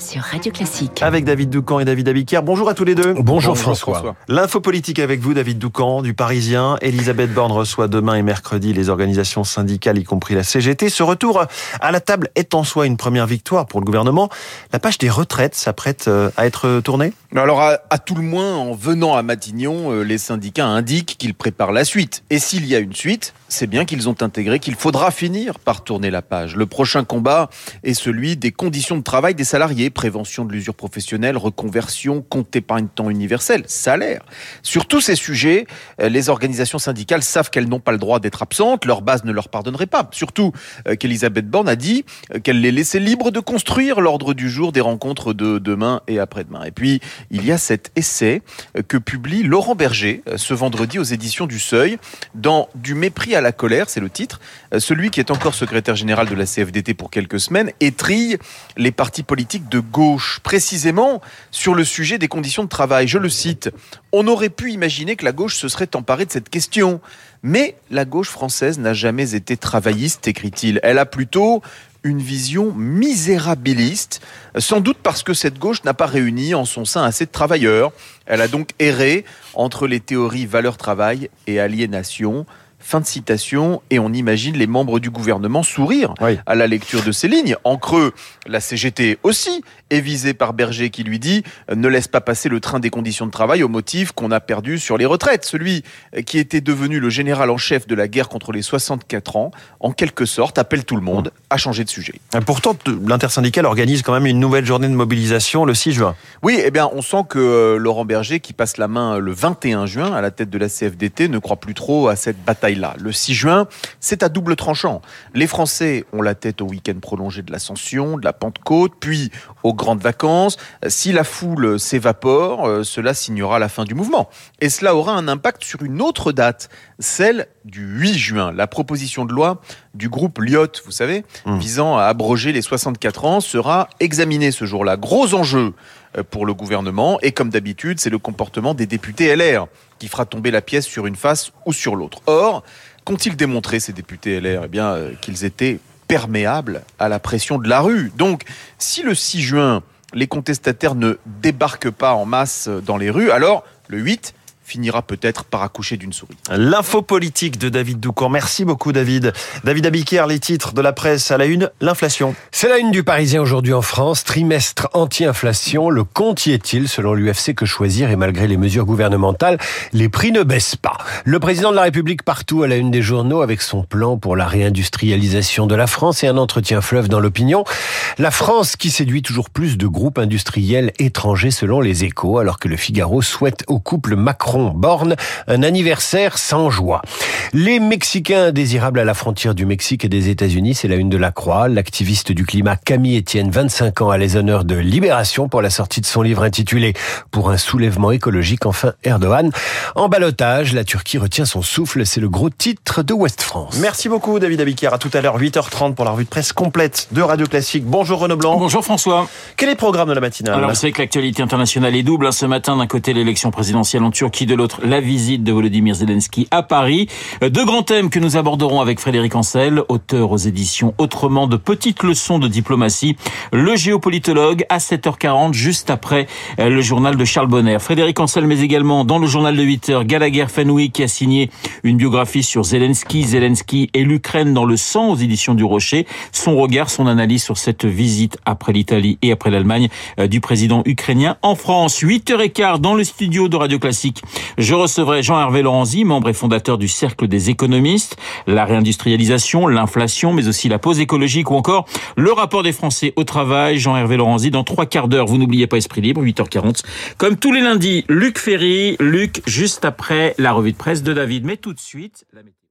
sur Radio Classique. Avec David Doucan et David Abiquière. Bonjour à tous les deux. Bonjour François. L'info politique avec vous, David Doucan, du Parisien. Elisabeth Borne reçoit demain et mercredi les organisations syndicales, y compris la CGT. Ce retour à la table est en soi une première victoire pour le gouvernement. La page des retraites s'apprête à être tournée ? Alors à tout le moins, en venant à Matignon, les syndicats indiquent qu'ils préparent la suite. Et s'il y a une suite, c'est bien qu'ils ont intégré qu'il faudra finir par tourner la page. Le prochain combat est celui des conditions de travail des salariés, prévention de l'usure professionnelle, reconversion, compte épargne-temps universel, salaire. Sur tous ces sujets, les organisations syndicales savent qu'elles n'ont pas le droit d'être absentes, leur base ne leur pardonnerait pas. Surtout qu'Elisabeth Borne a dit qu'elle les laissait libres de construire l'ordre du jour des rencontres de demain et après-demain. Et puis, il y a cet essai que publie Laurent Berger ce vendredi aux éditions du Seuil, dans Du mépris à la colère, c'est le titre. Celui qui est encore secrétaire général de la CFDT pour quelques semaines étrille les partis politiques de gauche, précisément sur le sujet des conditions de travail. Je le cite, « On aurait pu imaginer que la gauche se serait emparée de cette question, mais la gauche française n'a jamais été travailliste, écrit-il. Elle a plutôt une vision misérabiliste, sans doute parce que cette gauche n'a pas réuni en son sein assez de travailleurs. Elle a donc erré entre les théories valeur-travail et aliénation. » Fin de citation, et on imagine les membres du gouvernement sourire à la lecture de ces lignes. En creux, la CGT aussi est visée par Berger qui lui dit « Ne laisse pas passer le train des conditions de travail au motif qu'on a perdu sur les retraites ». Celui qui était devenu le général en chef de la guerre contre les 64 ans, en quelque sorte, appelle tout le monde à changer de sujet. Pourtant, l'intersyndicale organise quand même une nouvelle journée de mobilisation le 6 juin. Oui, eh bien, on sent que Laurent Berger, qui passe la main le 21 juin à la tête de la CFDT, ne croit plus trop à cette bataille-là. Le 6 juin, c'est à double tranchant. Les Français ont la tête au week-end prolongé de l'Ascension, de la Pentecôte, puis aux grandes vacances. Si la foule s'évapore, cela signera la fin du mouvement. Et cela aura un impact sur une autre date, celle du 8 juin. La proposition de loi du groupe Lyotte, vous savez, visant à abroger les 64 ans, sera examinée ce jour-là. Gros enjeu pour le gouvernement, et comme d'habitude, c'est le comportement des députés LR qui fera tomber la pièce sur une face ou sur l'autre. Or, qu'ont-ils démontré, ces députés LR ? Eh bien, qu'ils étaient perméables à la pression de la rue. Donc, si le 6 juin, les contestataires ne débarquent pas en masse dans les rues, alors le 8 finira peut-être par accoucher d'une souris. L'info politique de David Doucan. Merci beaucoup, David. David Abiquière, les titres de la presse à la une, l'inflation. C'est la une du Parisien aujourd'hui en France. Trimestre anti-inflation. Le compte y est-il, selon l'UFC Que Choisir, et malgré les mesures gouvernementales, les prix ne baissent pas. Le président de la République partout à la une des journaux avec son plan pour la réindustrialisation de la France et un entretien fleuve dans l'opinion. La France qui séduit toujours plus de groupes industriels étrangers selon les Échos, alors que le Figaro souhaite au couple Macron-Borne un anniversaire sans joie. Les Mexicains indésirables à la frontière du Mexique et des États-Unis, c'est la une de la Croix. L'activiste du climat Camille Etienne, 25 ans, a les honneurs de Libération pour la sortie de son livre intitulé « Pour un soulèvement écologique ». Enfin, Erdogan en ballottage. La Turquie retient son souffle. C'est le gros titre de Ouest France. Merci beaucoup, David Abiquière. À tout à l'heure, 8h30 pour la revue de presse complète de Radio Classique. Bonjour Renaud Blanc. Bonjour François. Quel est le programme de la matinale ? Alors, vous savez que l'actualité internationale est double. Ce matin, d'un côté, l'élection présidentielle en Turquie, de l'autre, la visite de Volodymyr Zelensky à Paris. Deux grands thèmes que nous aborderons avec Frédéric Ancel, auteur aux éditions Autrement de petites leçons de diplomatie. Le géopolitologue à 7h40, juste après le journal de Charles Bonner. Frédéric Ancel, mais également dans le journal de 8h, Gallagher Fenwick qui a signé une biographie sur Zelensky et l'Ukraine dans le sang aux éditions du Rocher. Son regard, son analyse sur cette visite après l'Italie et après l'Allemagne du président ukrainien en France. 8h15 dans le studio de Radio Classique. Je recevrai Jean-Hervé Lorenzi, membre et fondateur du Cercle des économistes, la réindustrialisation, l'inflation, mais aussi la pause écologique ou encore le rapport des Français au travail. Jean-Hervé Lorenzi, dans 3 quarts d'heure, vous n'oubliez pas Esprit Libre, 8h40. Comme tous les lundis, Luc Ferry, juste après la revue de presse de David. Mais tout de suite, la météo.